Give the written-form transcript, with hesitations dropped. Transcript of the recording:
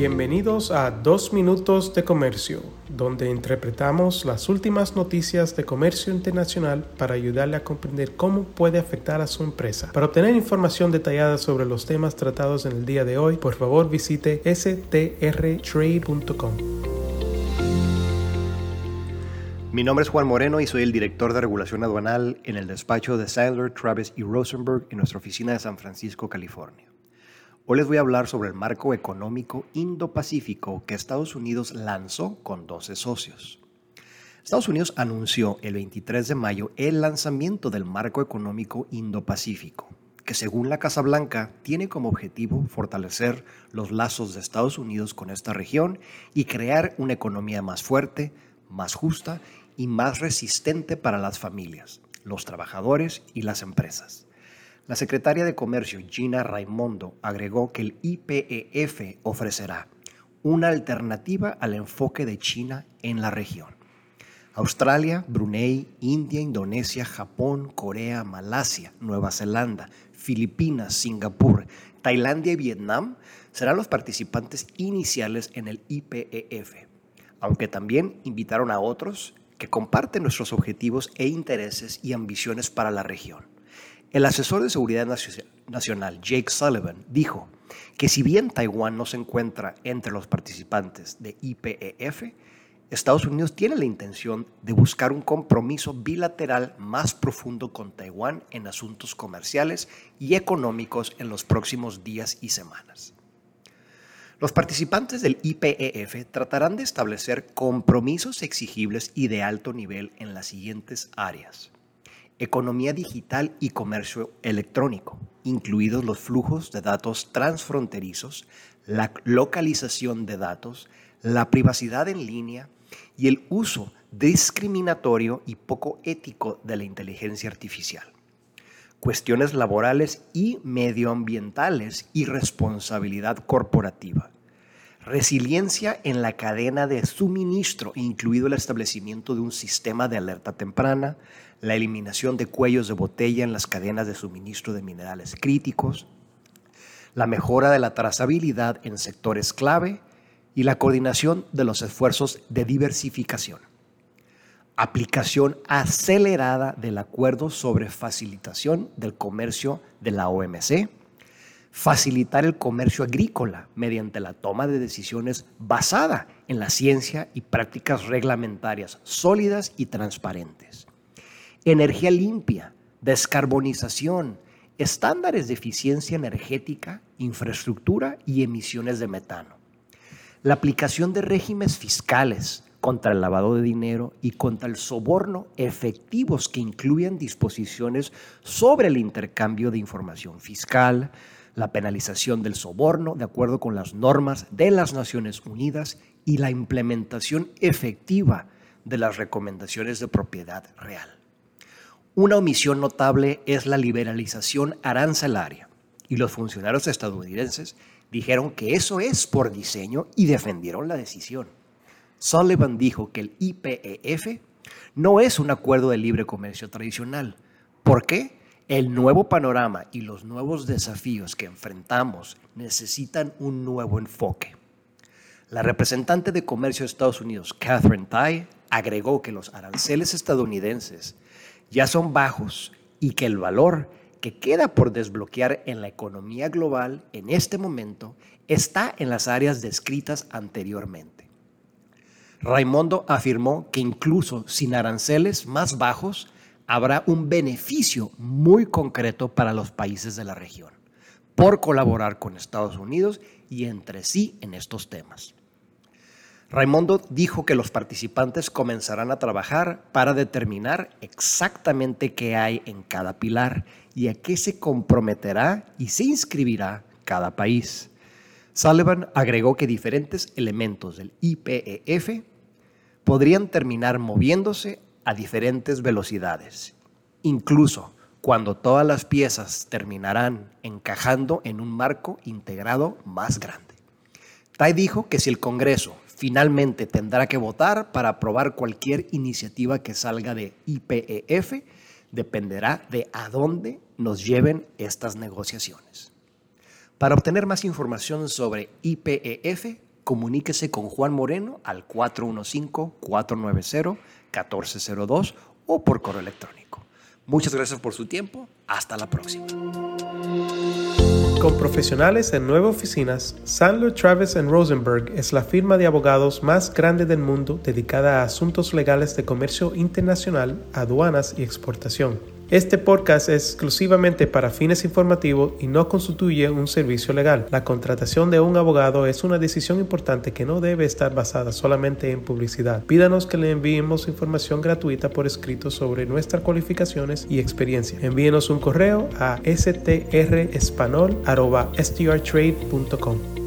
Bienvenidos a 2 Minutos de Comercio, donde interpretamos las últimas noticias de comercio internacional para ayudarle a comprender cómo puede afectar a su empresa. Para obtener información detallada sobre los temas tratados en el día de hoy, por favor visite strtrade.com. Mi nombre es Juan Moreno y soy el director de regulación aduanal en el despacho de Sandler, Travis y Rosenberg en nuestra oficina de San Francisco, California. Hoy les voy a hablar sobre el marco económico Indo-Pacífico que Estados Unidos lanzó con 12 socios. Estados Unidos anunció el 23 de mayo el lanzamiento del marco económico Indo-Pacífico, que según la Casa Blanca tiene como objetivo fortalecer los lazos de Estados Unidos con esta región y crear una economía más fuerte, más justa y más resistente para las familias, los trabajadores y las empresas. La secretaria de Comercio, Gina Raimondo, agregó que el IPEF ofrecerá una alternativa al enfoque de China en la región. Australia, Brunei, India, Indonesia, Japón, Corea, Malasia, Nueva Zelanda, Filipinas, Singapur, Tailandia y Vietnam serán los participantes iniciales en el IPEF, aunque también invitaron a otros que comparten nuestros objetivos e intereses y ambiciones para la región. El asesor de seguridad nacional, Jake Sullivan, dijo que si bien Taiwán no se encuentra entre los participantes de IPEF, Estados Unidos tiene la intención de buscar un compromiso bilateral más profundo con Taiwán en asuntos comerciales y económicos en los próximos días y semanas. Los participantes del IPEF tratarán de establecer compromisos exigibles y de alto nivel en las siguientes áreas: economía digital y comercio electrónico, incluidos los flujos de datos transfronterizos, la localización de datos, la privacidad en línea y el uso discriminatorio y poco ético de la inteligencia artificial. Cuestiones laborales y medioambientales y responsabilidad corporativa. Resiliencia en la cadena de suministro, incluido el establecimiento de un sistema de alerta temprana, la eliminación de cuellos de botella en las cadenas de suministro de minerales críticos, la mejora de la trazabilidad en sectores clave y la coordinación de los esfuerzos de diversificación. Aplicación acelerada del acuerdo sobre facilitación del comercio de la OMC. Facilitar el comercio agrícola mediante la toma de decisiones basada en la ciencia y prácticas reglamentarias sólidas y transparentes. Energía limpia, descarbonización, estándares de eficiencia energética, infraestructura y emisiones de metano. La aplicación de regímenes fiscales contra el lavado de dinero y contra el soborno efectivos que incluyan disposiciones sobre el intercambio de información fiscal, la penalización del soborno de acuerdo con las normas de las Naciones Unidas y la implementación efectiva de las recomendaciones de propiedad real. Una omisión notable es la liberalización arancelaria, y los funcionarios estadounidenses dijeron que eso es por diseño y defendieron la decisión. Sullivan dijo que el IPEF no es un acuerdo de libre comercio tradicional. ¿Por qué? El nuevo panorama y los nuevos desafíos que enfrentamos necesitan un nuevo enfoque. La representante de Comercio de Estados Unidos, Katherine Tai, agregó que los aranceles estadounidenses ya son bajos y que el valor que queda por desbloquear en la economía global en este momento está en las áreas descritas anteriormente. Raimondo afirmó que incluso sin aranceles más bajos, habrá un beneficio muy concreto para los países de la región por colaborar con Estados Unidos y entre sí en estos temas. Raimondo dijo que los participantes comenzarán a trabajar para determinar exactamente qué hay en cada pilar y a qué se comprometerá y se inscribirá cada país. Sullivan agregó que diferentes elementos del IPEF podrían terminar moviéndose a diferentes velocidades, incluso cuando todas las piezas terminarán encajando en un marco integrado más grande. Tai dijo que si el Congreso finalmente tendrá que votar para aprobar cualquier iniciativa que salga de IPEF, dependerá de a dónde nos lleven estas negociaciones. Para obtener más información sobre IPEF, comuníquese con Juan Moreno al 415-490-1402 o por correo electrónico. Muchas gracias por su tiempo. Hasta la próxima. Con profesionales en 9 oficinas, Sandler, Travis & Rosenberg es la firma de abogados más grande del mundo dedicada a asuntos legales de comercio internacional, aduanas y exportación. Este podcast es exclusivamente para fines informativos y no constituye un servicio legal. La contratación de un abogado es una decisión importante que no debe estar basada solamente en publicidad. Pídanos que le enviemos información gratuita por escrito sobre nuestras cualificaciones y experiencia. Envíenos un correo a strespanol@strtrade.com.